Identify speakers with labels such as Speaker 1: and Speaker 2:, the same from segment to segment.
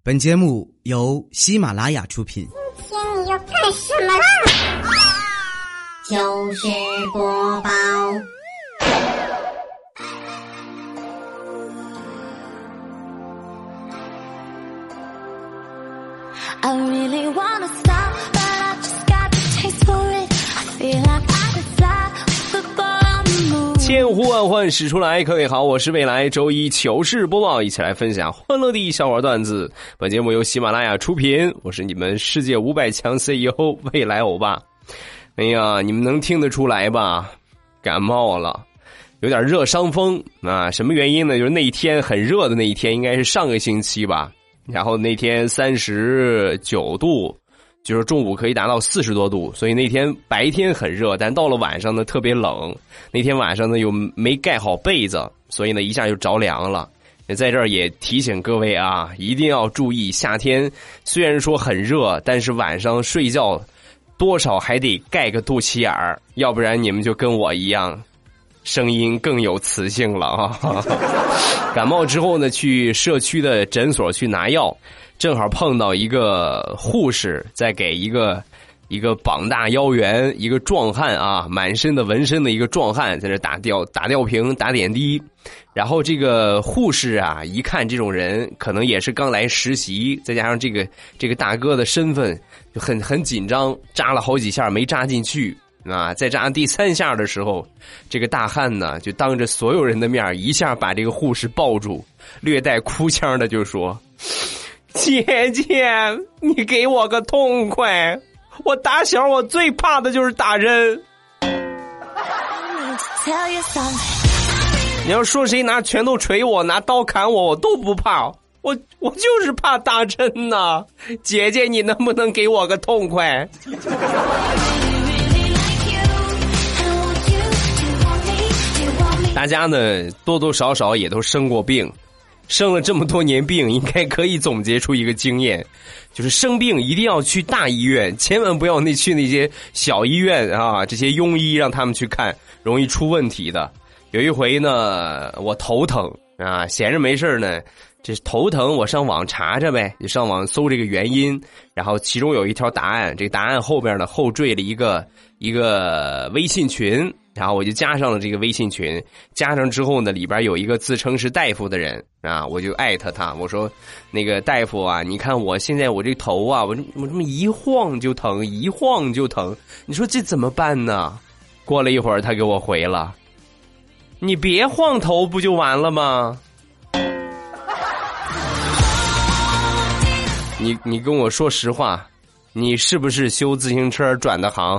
Speaker 1: 本节目由喜马拉雅出品。
Speaker 2: 今天你要干什么啦？就是播报。
Speaker 3: I really wanna stop, but I just got the taste for it. I feel like I could fly with the ball on the moon.
Speaker 4: 千呼万唤始出来，各位好，我是未来，周一糗事播报，一起来分享欢乐的笑话段子。本节目由喜马拉雅出品，我是你们世界500强 CEO 未来欧巴。哎呀，你们能听得出来吧？感冒了，有点热伤风啊！什么原因呢？就是那一天很热的那一天，应该是上个星期吧。然后那天39度，就是中午可以达到40多度，所以那天白天很热，但到了晚上呢特别冷。那天晚上呢又没盖好被子，所以呢一下就着凉了。在这儿也提醒各位啊，一定要注意，夏天虽然说很热，但是晚上睡觉多少还得盖个肚脐眼儿，要不然你们就跟我一样声音更有磁性了啊！感冒之后呢，去社区的诊所去拿药，正好碰到一个护士在给一个膀大腰圆、一个壮汉啊，满身的纹身的一个壮汉在这打吊瓶、打点滴。然后这个护士啊，一看这种人可能也是刚来实习，再加上这个大哥的身份就很紧张，扎了好几下没扎进去。啊，在扎第3下的时候，这个大汉呢就当着所有人的面一下把这个护士抱住，略带哭腔的就说：“姐姐，你给我个痛快！我打小我最怕的就是打人。你要说谁拿拳头捶我，拿刀砍我，我都不怕。我就是怕打针呐！姐姐，你能不能给我个痛快？”大家呢多多少少也都生过病，生了这么多年病，应该可以总结出一个经验，就是生病一定要去大医院，千万不要去那些小医院啊，这些庸医让他们去看，容易出问题的。有一回呢，我头疼啊，闲着没事呢，这头疼我上网查查呗，就上网搜这个原因，然后其中有一条答案，这个答案后边呢后缀了一个微信群。然后我就加上了这个微信群，加上之后呢，里边有一个自称是大夫的人啊，我就艾特他，我说那个大夫啊，你看我现在我这头啊，我这么一晃就疼，一晃就疼，你说这怎么办呢？过了一会儿，他给我回了，你别晃头不就完了吗？你跟我说实话，你是不是修自行车转的行？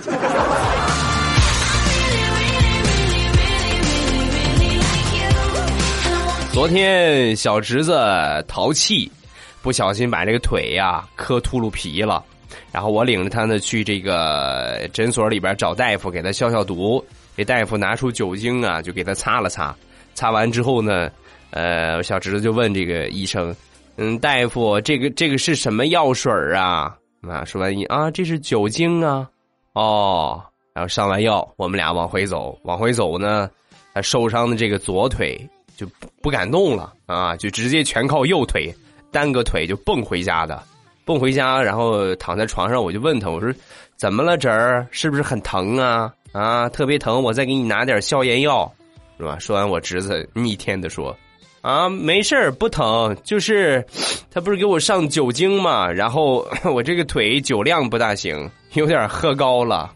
Speaker 4: 昨天小侄子淘气，不小心把这个腿呀磕秃噜皮了，然后我领着他呢去这个诊所里边找大夫给他消毒，这大夫拿出酒精啊就给他擦了擦，擦完之后呢，小侄子就问这个医生，大夫，这个是什么药水啊？啊，说完啊，这是酒精啊。哦，然后上完药，我们俩往回走呢，他受伤的这个左腿就不敢动了啊，就直接全靠右腿，单个腿就蹦回家，然后躺在床上，我就问他，我说怎么了侄儿，是不是很疼啊？啊，特别疼，我再给你拿点消炎药，是吧？说完，我侄子逆天的说，啊，没事儿，不疼，就是他不是给我上酒精嘛，然后我这个腿酒量不大行，有点喝高了。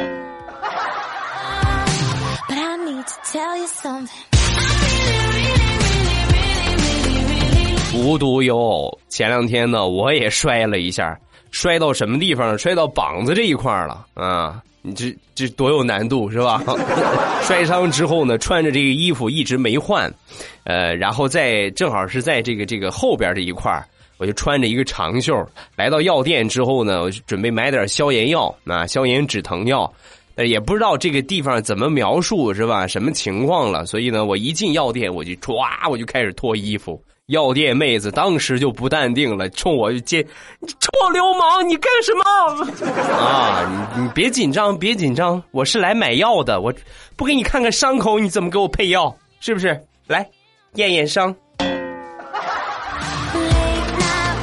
Speaker 4: 无独有偶，前2天呢，我也摔了一下，摔到什么地方？摔到膀子这一块了啊！你这多有难度是吧？摔伤之后呢，穿着这个衣服一直没换，然后正好是在这个后边这一块，我就穿着一个长袖，来到药店之后呢，我就准备买点消炎药啊，消炎止疼药。也不知道这个地方怎么描述是吧？什么情况了？所以呢，我一进药店，我就开始脱衣服。药店妹子当时就不淡定了，冲我就接：“你臭流氓，你干什么？”啊，你别紧张，我是来买药的，我不给你看看伤口，你怎么给我配药？是不是？来，验伤。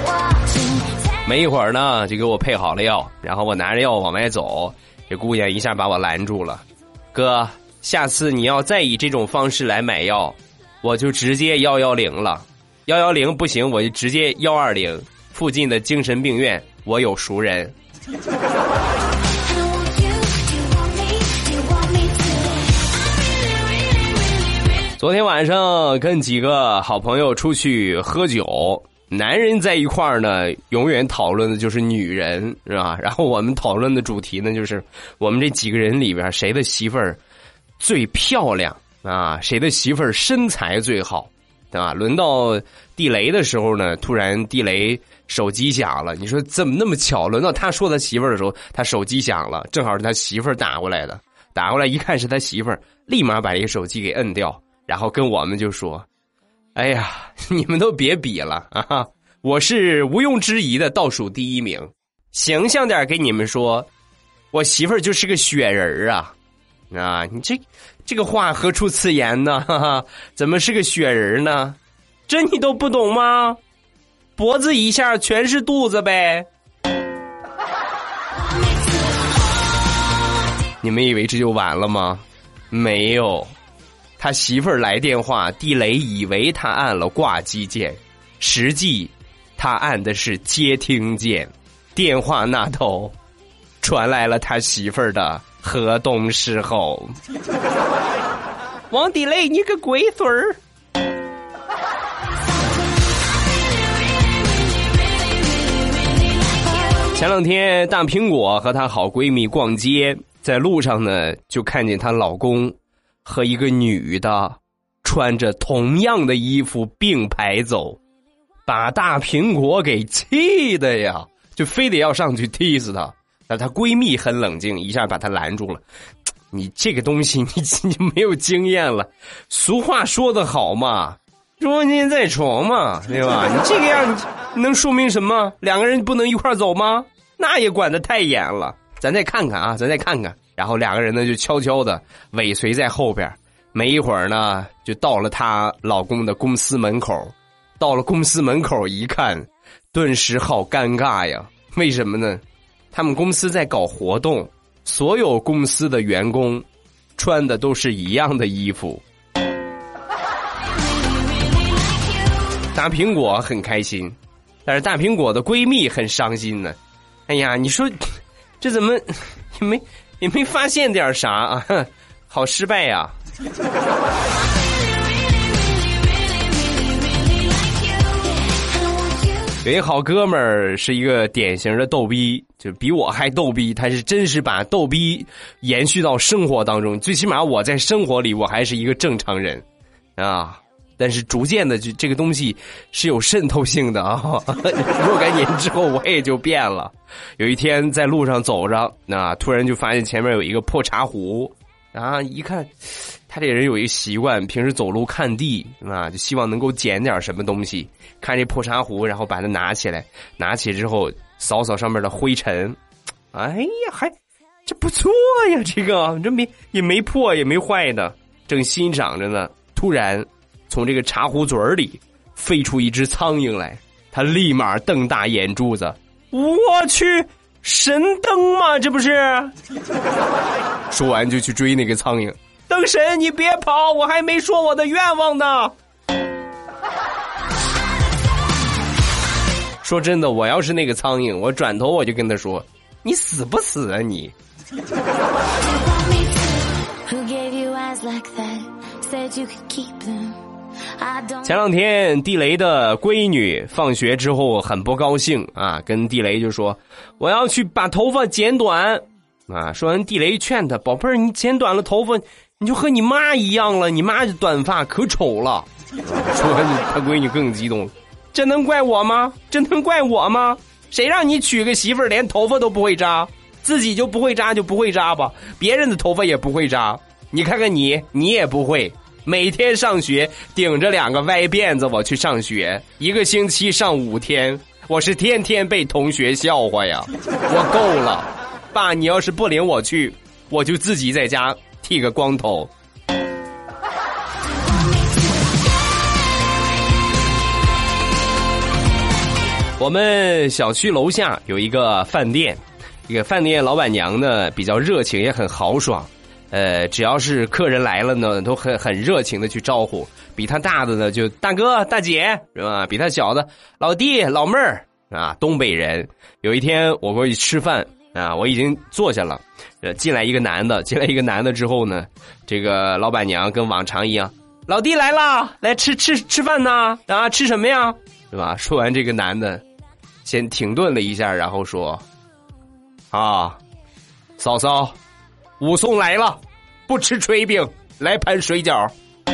Speaker 4: 没一会儿呢，就给我配好了药，然后我拿着药往外走，这姑娘一下把我拦住了。哥，下次你要再以这种方式来买药，我就直接110了。110不行，我就直接120。附近的精神病院，我有熟人。昨天晚上跟几个好朋友出去喝酒，男人在一块儿呢，永远讨论的就是女人，是吧？然后我们讨论的主题呢，就是我们这几个人里边谁的媳妇儿最漂亮啊？谁的媳妇儿身材最好，对吧？轮到地雷的时候呢，突然地雷手机响了。你说怎么那么巧？轮到他说他媳妇儿的时候，他手机响了，正好是他媳妇儿打过来的。打过来一看是他媳妇儿，立马把这个手机给摁掉。然后跟我们就说，哎呀，你们都别比了啊！我是毋庸置疑的倒数第1名，形象点给你们说，我媳妇儿就是个雪人啊！啊，你这个话何出此言呢？哈哈，怎么是个雪人呢？这你都不懂吗？脖子以下全是肚子呗！你们以为这就完了吗？没有。他媳妇儿来电话，地雷以为他按了挂机键，实际他按的是接听键。电话那头传来了他媳妇儿的河东狮吼：“王地雷，你个龟孙儿！”前两天，大苹果和她好闺蜜逛街，在路上呢，就看见她老公和一个女的穿着同样的衣服并排走，把大苹果给气的呀，就非得要上去踢死她。但她闺蜜很冷静，一下把她拦住了。你这个东西你没有经验了，俗话说得好嘛，捉奸在床嘛，对吧？你这个样能说明什么？两个人不能一块走吗？那也管得太严了。咱再看看啊，咱再看看。然后两个人呢就悄悄的尾随在后边，没一会儿呢就到了她老公的公司门口。到了公司门口一看，顿时好尴尬呀。为什么呢？他们公司在搞活动，所有公司的员工穿的都是一样的衣服。大苹果很开心，但是大苹果的闺蜜很伤心呢。哎呀，你说这怎么也没发现点啥啊？好失败呀！有一好哥们儿是一个典型的逗逼，就比我还逗逼，他是真是把逗逼延续到生活当中。最起码我在生活里我还是一个正常人啊，但是逐渐的这个东西是有渗透性的啊。若干年之后我也就变了。有一天在路上走着，突然就发现前面有一个破茶壶啊，一看他这人有一个习惯，平时走路看地啊，就希望能够捡点什么东西。看这破茶壶，然后把它拿起来，拿起之后扫扫上面的灰尘。哎呀，这不错呀，这个这也没破也没坏的，正欣赏着呢。突然从这个茶壶嘴里飞出一只苍蝇来，他立马瞪大眼珠子，我去，神灯吗？这不是？说完就去追那个苍蝇。灯神，你别跑，我还没说我的愿望呢。说真的，我要是那个苍蝇，我转头我就跟他说，你死不死啊你？前两天地雷的闺女放学之后很不高兴啊，跟地雷就说我要去把头发剪短啊。说完地雷劝他，宝贝儿，你剪短了头发你就和你妈一样了，你妈这短发可丑了。说完他闺女更激动，这能怪我吗？这能怪我吗？谁让你娶个媳妇儿连头发都不会扎，自己就不会扎就不会扎吧，别人的头发也不会扎。你看看你也不会，每天上学顶着2个歪辫子我去上学，1个星期上5天，我是天天被同学笑话呀。我够了，爸，你要是不领我去，我就自己在家剃个光头。 我们小区楼下有一个饭店，这个饭店老板娘呢比较热情，也很豪爽。只要是客人来了呢，都很热情的去招呼。比他大的呢就大哥大姐是吧？比他小的老弟老妹儿啊，东北人。有一天我过去吃饭啊，我已经坐下了，进来一个男的之后呢，这个老板娘跟往常一样，老弟来了，来吃饭呢啊，吃什么呀？是吧？说完这个男的先停顿了一下，然后说啊，嫂嫂武松来了，不吃炊饼，来盘水饺。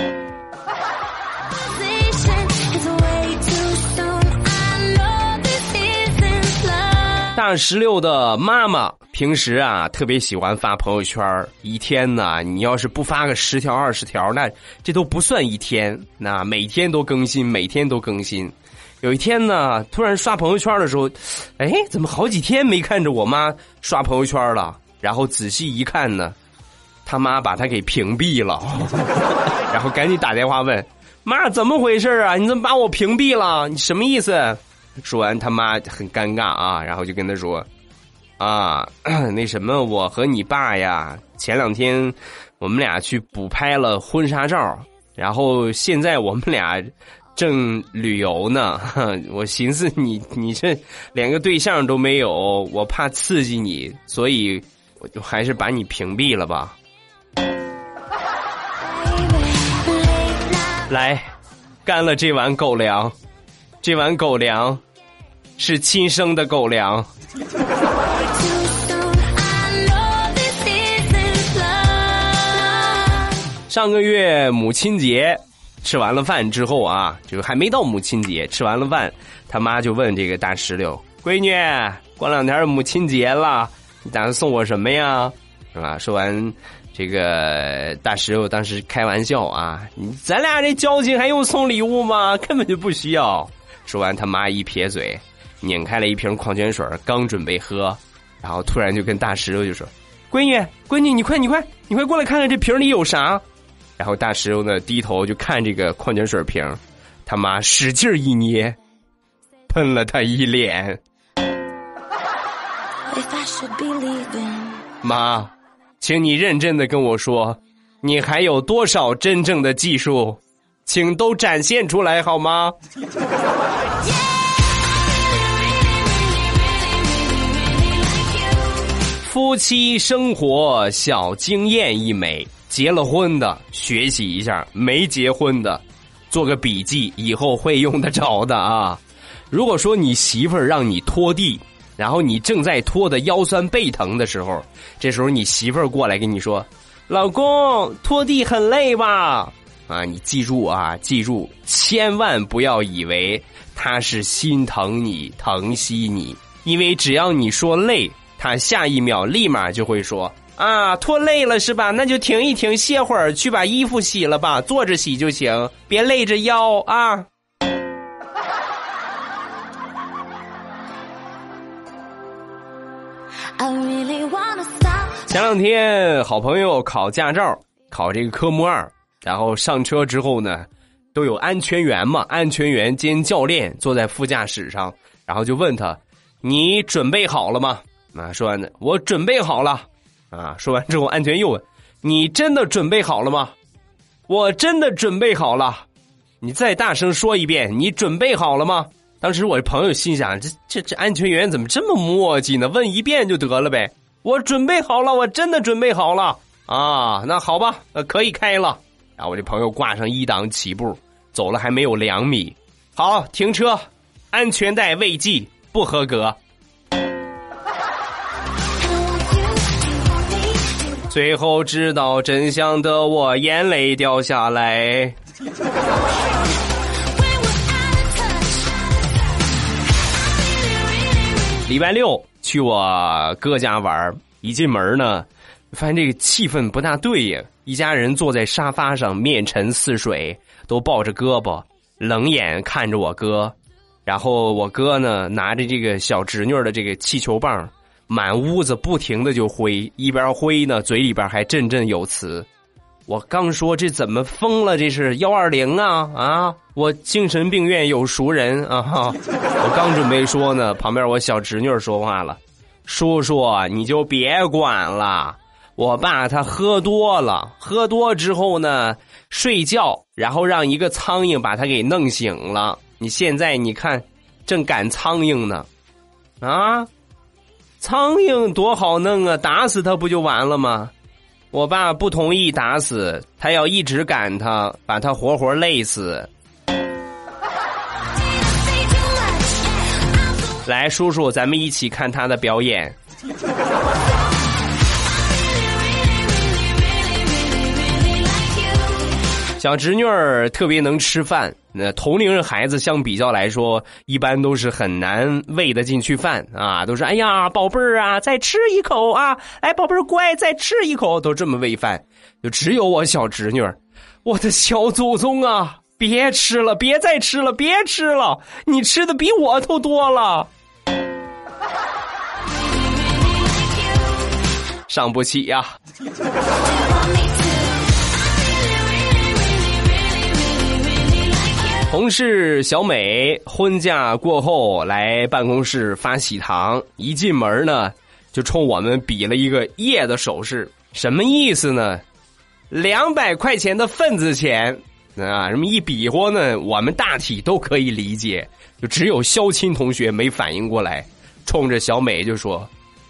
Speaker 4: 大石榴的妈妈平时啊特别喜欢发朋友圈，一天呢你要是不发个10条20条，那这都不算一天，那每天都更新。有一天呢突然刷朋友圈的时候，怎么好几天没看着我妈刷朋友圈了，然后仔细一看呢，他妈把他给屏蔽了然后赶紧打电话问妈怎么回事啊，你怎么把我屏蔽了，你什么意思？说完他妈很尴尬啊，然后就跟他说啊，那什么我和你爸呀前2天我们俩去补拍了婚纱照，然后现在我们俩正旅游呢，我寻思你这连个对象都没有，我怕刺激你，所以我就还是把你屏蔽了吧。来干了这碗狗粮，这碗狗粮是亲生的狗粮。上个月母亲节吃完了饭之后啊，这个还没到母亲节，吃完了饭他妈就问这个大石榴，闺女过2天母亲节了，你打算送我什么呀？是吧？说完这个大石榴当时开玩笑啊，咱俩这交情还用送礼物吗？根本就不需要。说完他妈一撇嘴，拧开了一瓶矿泉水刚准备喝，然后突然就跟大石榴就说，闺女你快过来看看这瓶里有啥。然后大石榴呢低头就看这个矿泉水瓶，他妈使劲一捏，喷了他一脸。妈，请你认真的跟我说，你还有多少真正的技术，请都展现出来好吗？夫妻生活小经验一枚，结了婚的学习一下，没结婚的做个笔记，以后会用得着的啊。如果说你媳妇儿让你拖地，然后你正在拖的腰酸背疼的时候，这时候你媳妇儿过来跟你说，老公拖地很累吧？啊，你记住啊，千万不要以为他是心疼你疼惜你，因为只要你说累，他下一秒立马就会说啊，拖累了是吧？那就停一停，歇会儿，去把衣服洗了吧，坐着洗就行，别累着腰啊。前2天好朋友考驾照，考这个科目2，然后上车之后呢，都有安全员嘛，安全员兼教练坐在副驾驶上，然后就问他，你准备好了吗？啊，说完的，我准备好了。啊，说完之后，安全又问，你真的准备好了吗？我真的准备好了。你再大声说一遍，你准备好了吗？当时我朋友心想，这安全员怎么这么磨叽呢？问一遍就得了呗。我准备好了，我真的准备好了。啊，那好吧，可以开了。然后我这朋友挂上1档起步，走了还没有2米。好，停车，安全带未系，不合格。最后知道真相的我眼泪掉下来。礼拜6去我哥家玩，一进门呢，发现这个气氛不大对呀。一家人坐在沙发上，面沉似水，都抱着胳膊，冷眼看着我哥。然后我哥呢，拿着这个小侄女的这个气球棒，满屋子不停的就挥，一边挥呢，嘴里边还振振有词：“ 我刚说这怎么疯了？这是120啊！我精神病院有熟人啊！我刚准备说呢，旁边我小侄女说话了：“叔叔，你就别管了。我爸他喝多了，喝多之后呢，睡觉，然后让一个苍蝇把他给弄醒了。你现在你看，正赶苍蝇呢，啊！苍蝇多好弄啊，打死他不就完了吗？”我爸不同意打死他，要一直赶他，把他活活累死。来，叔叔，咱们一起看他的表演。小侄女儿特别能吃饭，同龄人孩子相比较来说，一般都是很难喂得进去饭啊，都是哎呀，宝贝儿啊，再吃一口啊，来，宝贝儿乖，再吃一口，都这么喂饭。就只有我小侄女儿，我的小祖宗啊，别吃了，别再吃了，别吃了，你吃的比我都多了，伤不起呀。同事小美婚假过后来办公室发喜糖，一进门呢就冲我们比了一个耶的手势，什么意思呢？200块钱的份子钱啊，这么一比划呢，我们大体都可以理解，就只有肖钦同学没反应过来，冲着小美就说：“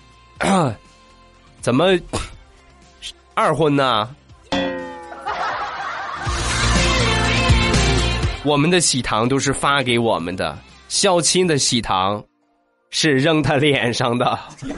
Speaker 4: 怎么二婚呢？”我们的喜糖都是发给我们的，肖钦的喜糖是扔他脸上的。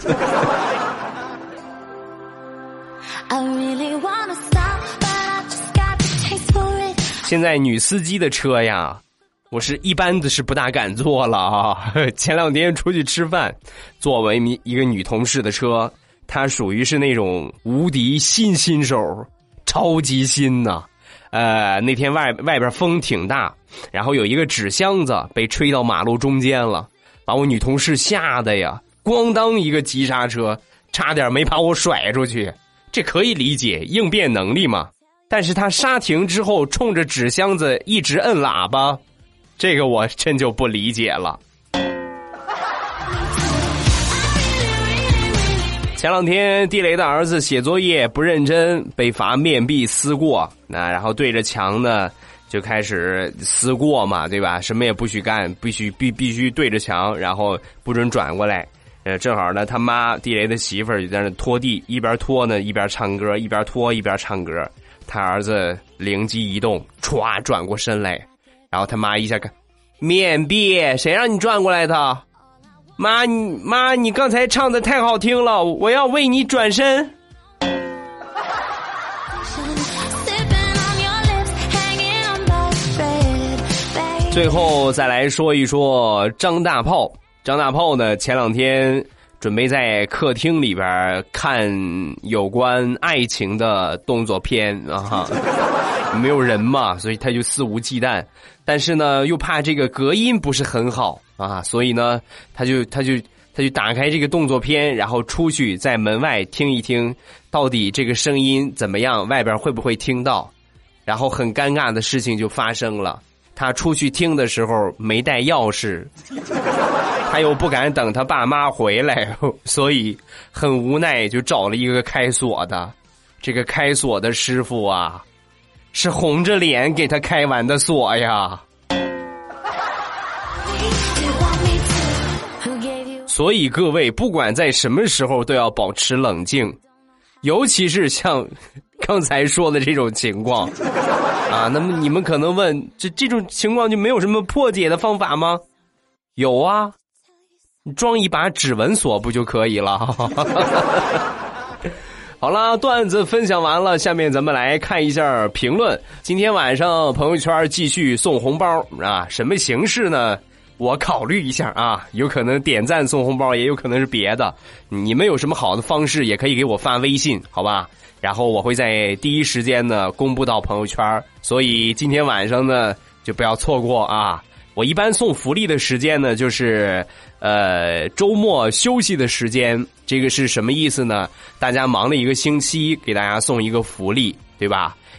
Speaker 4: 现在女司机的车呀，我是一般的是不大敢坐了啊。前2天出去吃饭，坐我一个女同事的车，她属于是那种无敌新手，超级新呐。那天外边风挺大，然后有一个纸箱子被吹到马路中间了，把我女同事吓得呀，咣当一个急刹车，差点没把我甩出去。这可以理解，应变能力嘛。但是他刹停之后，冲着纸箱子一直摁喇叭，这个我真就不理解了。前2天地雷的儿子写作业不认真，被罚面壁思过，然后对着墙呢就开始思过嘛，对吧？什么也不许干，必须对着墙，然后不准转过来。正好呢，他妈地雷的媳妇儿就在那拖地，一边拖呢一边唱歌，一边拖一边唱歌。他儿子灵机一动，歘转过身来，然后他妈一下看，面壁，谁让你转过来的？妈，你刚才唱的太好听了，我要为你转身。最后再来说一说张大炮。张大炮呢，前2天准备在客厅里边看有关爱情的动作片啊，没有人嘛，所以他就肆无忌惮。但是呢，又怕这个隔音不是很好啊，所以呢，他就打开这个动作片，然后出去在门外听一听，到底这个声音怎么样，外边会不会听到？然后很尴尬的事情就发生了，他出去听的时候没带钥匙，他又不敢等他爸妈回来，所以很无奈就找了一个开锁的。这个开锁的师傅啊，是红着脸给他开完的锁呀。所以各位不管在什么时候都要保持冷静，尤其是像刚才说的这种情况啊。那么你们可能问，这种情况就没有什么破解的方法吗？有啊，你装一把指纹锁不就可以了？好了，段子分享完了，下面咱们来看一下评论。今天晚上朋友圈继续送红包啊，什么形式呢？我考虑一下啊，有可能点赞送红包，也有可能是别的。你们有什么好的方式，也可以给我发微信，好吧？然后我会在第一时间呢公布到朋友圈，所以今天晚上呢就不要错过啊。我一般送福利的时间呢，就是周末休息的时间。这个是什么意思呢？大家忙了一个星期，给大家送一个福利，对吧？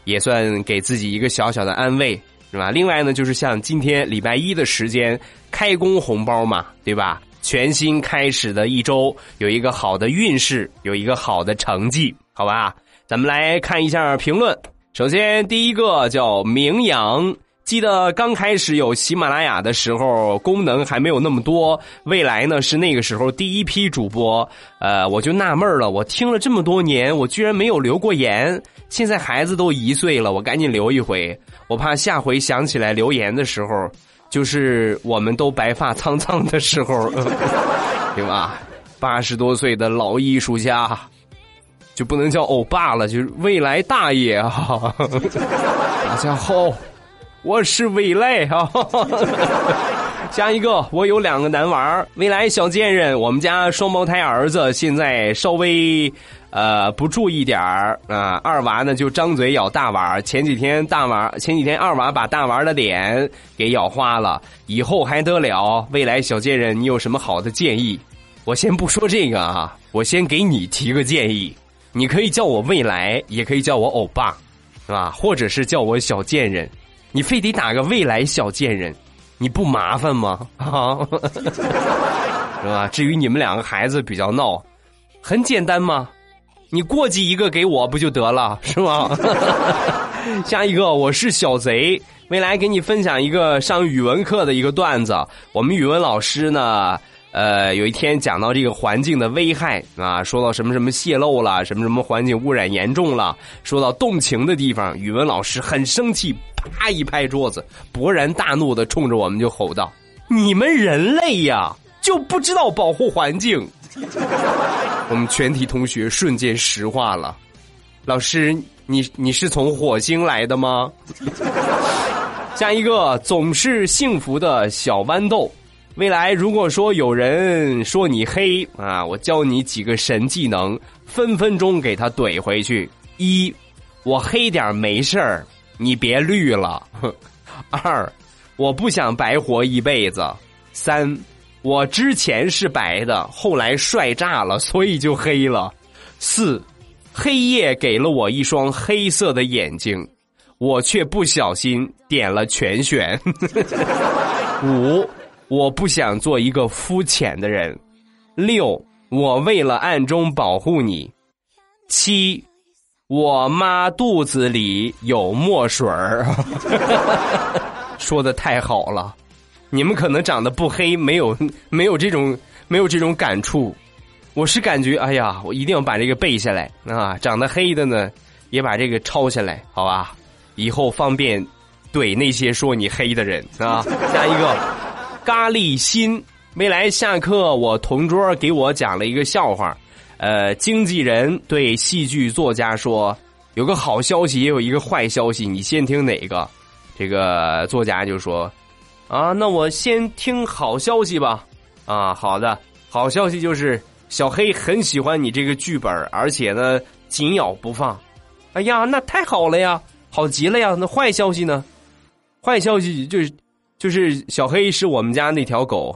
Speaker 4: 也算给自己一个小小的安慰，是吧？另外呢，就是像今天礼拜一的时间，开工红包嘛，对吧？全新开始的一周，有一个好的运势，有一个好的成绩，好吧？咱们来看一下评论。首先第一个叫明阳，记得刚开始有喜马拉雅的时候，功能还没有那么多，未来呢是那个时候第一批主播，我就纳闷了，我听了这么多年，我居然没有留过言，现在孩子都1岁了，我赶紧留一回，我怕下回想起来留言的时候，就是我们都白发苍苍的时候，对吧？80多岁的老艺术家，就不能叫欧巴了，就是未来大爷啊！大家好，我是未来啊！下一个，我有2个男娃，未来小贱人，我们家双胞胎儿子现在稍微不注意点儿啊，二娃呢就张嘴咬大娃，前几天二娃把大娃的脸给咬花了，以后还得了？未来小贱人，你有什么好的建议？我先不说这个啊，我先给你提个建议，你可以叫我未来，也可以叫我欧巴，是吧？或者是叫我小贱人，你非得打个未来小贱人，你不麻烦吗？啊，是吧？至于你们2个孩子比较闹，很简单嘛，你过继一个给我不就得了，是吗？下一个，我是小贼，未来给你分享一个上语文课的一个段子。我们语文老师呢，有一天讲到这个环境的危害啊，说到什么什么泄漏了，什么什么环境污染严重了，说到动情的地方，语文老师很生气，啪一拍桌子，勃然大怒的冲着我们就吼道：“你们人类呀，就不知道保护环境！”我们全体同学瞬间石化了。老师，你是从火星来的吗？下一个，总是幸福的小豌豆。未来如果说有人说你黑啊，我教你几个神技能，分分钟给他怼回去。1，我黑点没事儿，你别绿了。2，我不想白活一辈子。3，我之前是白的，后来帅炸了，所以就黑了。4，黑夜给了我一双黑色的眼睛，我却不小心点了全选。5，我不想做一个肤浅的人。6，我为了暗中保护你。7，我妈肚子里有墨水儿。说的太好了，你们可能长得不黑，没有这种感触。我是感觉，哎呀，我一定要把这个背下来啊！长得黑的呢，也把这个抄下来，好吧？以后方便怼那些说你黑的人啊。下一个，咖喱心，未来下课我同桌给我讲了一个笑话，经纪人对戏剧作家说，有个好消息也有一个坏消息，你先听哪个？这个作家就说，啊，那我先听好消息吧。啊，好的，好消息就是小黑很喜欢你这个剧本，而且呢紧咬不放。哎呀，那太好了呀，好极了呀。那坏消息呢？坏消息就是小黑是我们家那条狗。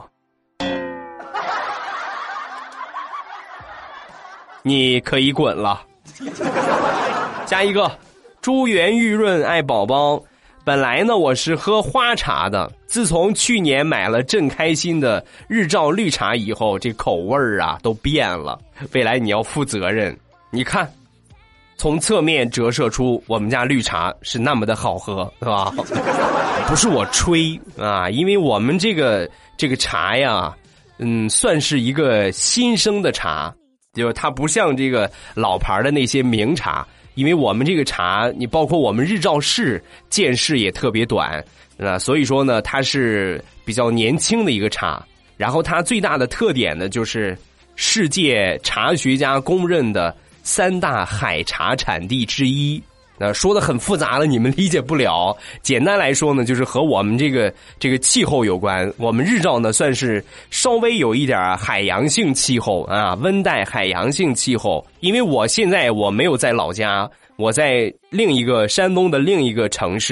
Speaker 4: 你可以滚了。下一个，珠圆玉润爱宝宝。本来呢我是喝花茶的，自从去年买了正开心的日照绿茶以后，这口味啊都变了。未来你要负责任，你看从侧面折射出我们家绿茶是那么的好喝，是吧？不是我吹啊，因为我们这个茶呀，算是一个新生的茶，就是它不像这个老牌的那些名茶。因为我们这个茶，你包括我们日照市见识也特别短，所以说呢，它是比较年轻的一个茶。然后它最大的特点呢，就是世界茶学家公认的3大海茶产地之一。说的很复杂了，你们理解不了。简单来说呢，就是和我们这个气候有关。我们日照呢，算是稍微有一点海洋性气候啊，温带海洋性气候。因为我现在我没有在老家，我在另一个山东的另一个城市。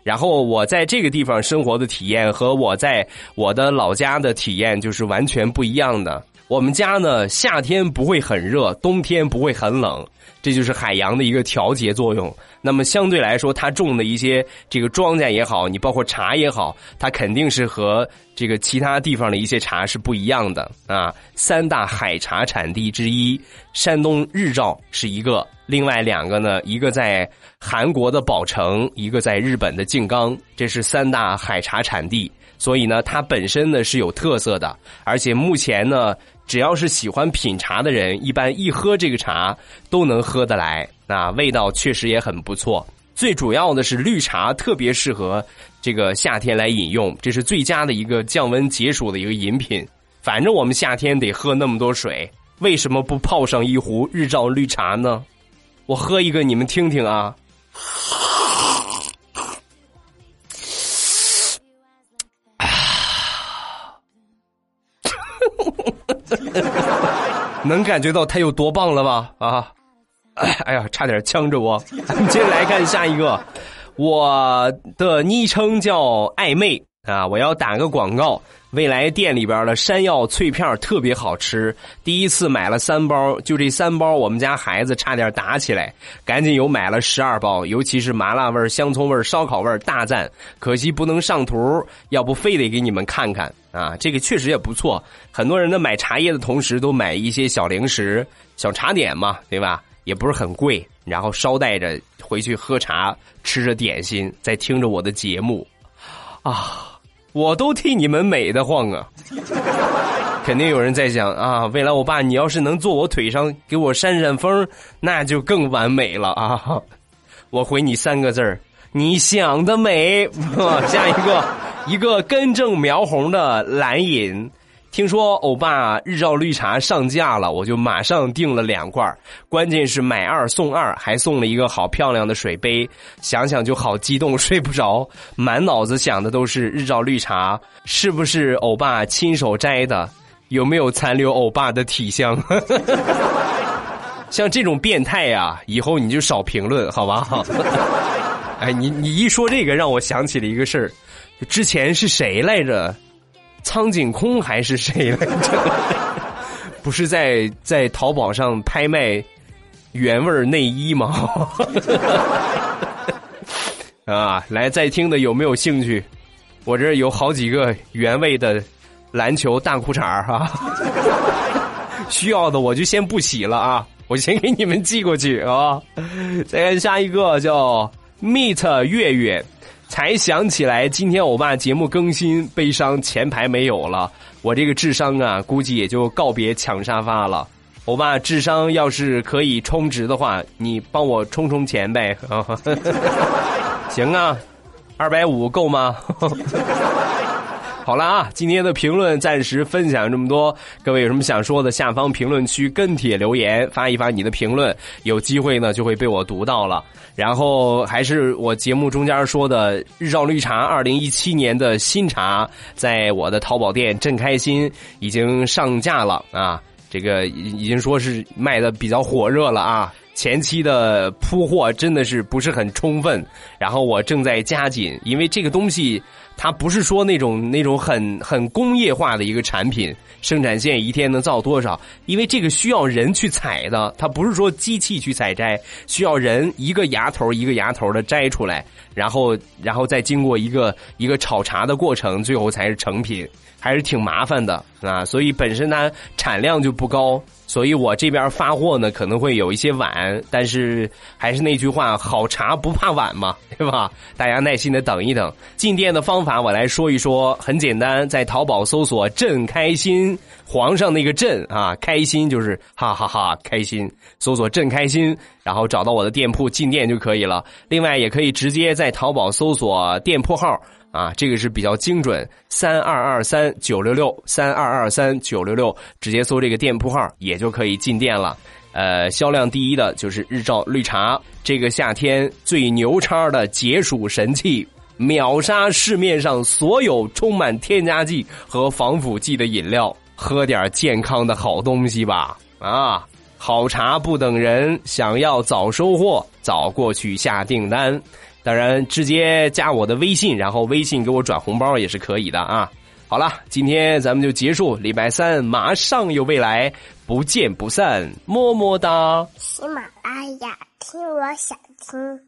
Speaker 4: 然后我在这个地方生活的体验和我在我的老家的体验就是完全不一样的。我们家呢，夏天不会很热，冬天不会很冷，这就是海洋的一个调节作用。那么相对来说，它种的一些这个庄稼也好，你包括茶也好，它肯定是和这个其他地方的一些茶是不一样的啊。3大海茶产地之一，山东日照是一个，另外2个呢，一个在韩国的宝城，一个在日本的静冈，这是3大海茶产地。所以呢，它本身呢是有特色的，而且目前呢，只要是喜欢品茶的人，一般一喝这个茶都能喝得来，味道确实也很不错。最主要的是绿茶特别适合这个夏天来饮用，这是最佳的一个降温解暑的一个饮品。反正我们夏天得喝那么多水，为什么不泡上一壶日照绿茶呢？我喝一个你们听听啊。能感觉到它有多棒了吧？啊，哎呀，差点呛着我。接着来看下一个，我的昵称叫爱妹啊，我要打个广告。未来店里边的山药脆片特别好吃，第一次买了3包，就这3包我们家孩子差点打起来，赶紧又买了12包，尤其是麻辣味、香葱味、烧烤味大赞，可惜不能上图，要不非得给你们看看啊，这个确实也不错。很多人呢买茶叶的同时都买一些小零食、小茶点嘛，对吧？也不是很贵，然后捎带着回去喝茶，吃着点心，再听着我的节目啊。我都替你们美得慌啊！肯定有人在想啊，未来我爸你要是能坐我腿上给我扇扇风，那就更完美了啊！我回你3个字儿，你想得美。下一个根正苗红的蓝饮。听说欧巴日照绿茶上架了，我就马上订了2罐，关键是买2送2，还送了一个好漂亮的水杯，想想就好激动，睡不着，满脑子想的都是日照绿茶是不是欧巴亲手摘的，有没有残留欧巴的体香。像这种变态啊，以后你就少评论好吧。哎，你一说这个让我想起了一个事儿，之前是谁来着，苍井空还是谁来着？不是在淘宝上拍卖原味内衣吗？啊，来在听的有没有兴趣？我这有好几个原味的篮球大裤衩啊，需要的我就先不洗了啊，我先给你们寄过去啊。再看下一个叫 Meet 月月。才想起来今天欧巴节目更新，悲伤前排没有了，我这个智商啊估计也就告别抢沙发了。欧巴智商要是可以充值的话，你帮我充钱呗。行啊，250够吗？好了啊，今天的评论暂时分享这么多，各位有什么想说的，下方评论区跟帖留言，发一发你的评论，有机会呢就会被我读到了。然后还是我节目中间说的日照绿茶2017年的新茶，在我的淘宝店正开心已经上架了啊，这个已经说是卖的比较火热了啊。前期的铺货真的是不是很充分，然后我正在加紧，因为这个东西它不是说那种很工业化的一个产品，生产线一天能造多少，因为这个需要人去采的，它不是说机器去采摘，需要人一个芽头一个芽头的摘出来，然后再经过一个炒茶的过程，最后才是成品，还是挺麻烦的啊，所以本身它产量就不高，所以我这边发货呢可能会有一些晚，但是还是那句话，好茶不怕晚嘛，对吧？大家耐心的等一等。进店的方法我来说一说，很简单，在淘宝搜索朕开心，皇上那个朕啊，开心就是哈哈哈开心，搜索朕开心，然后找到我的店铺进店就可以了。另外也可以直接在淘宝搜索店铺号啊，这个是比较精准，3223-966，3223-966，直接搜这个店铺号也就可以进店了。销量第一的就是日照绿茶，这个夏天最牛叉的解暑神器，秒杀市面上所有充满添加剂和防腐剂的饮料，喝点健康的好东西吧！啊，好茶不等人，想要早收获，早过去下订单。 当然直接加我的微信，然后微信给我转红包也是可以的啊。好了，今天咱们就结束，礼拜三马上有未来，不见不散，么么哒。
Speaker 2: 喜马拉雅，听我想听。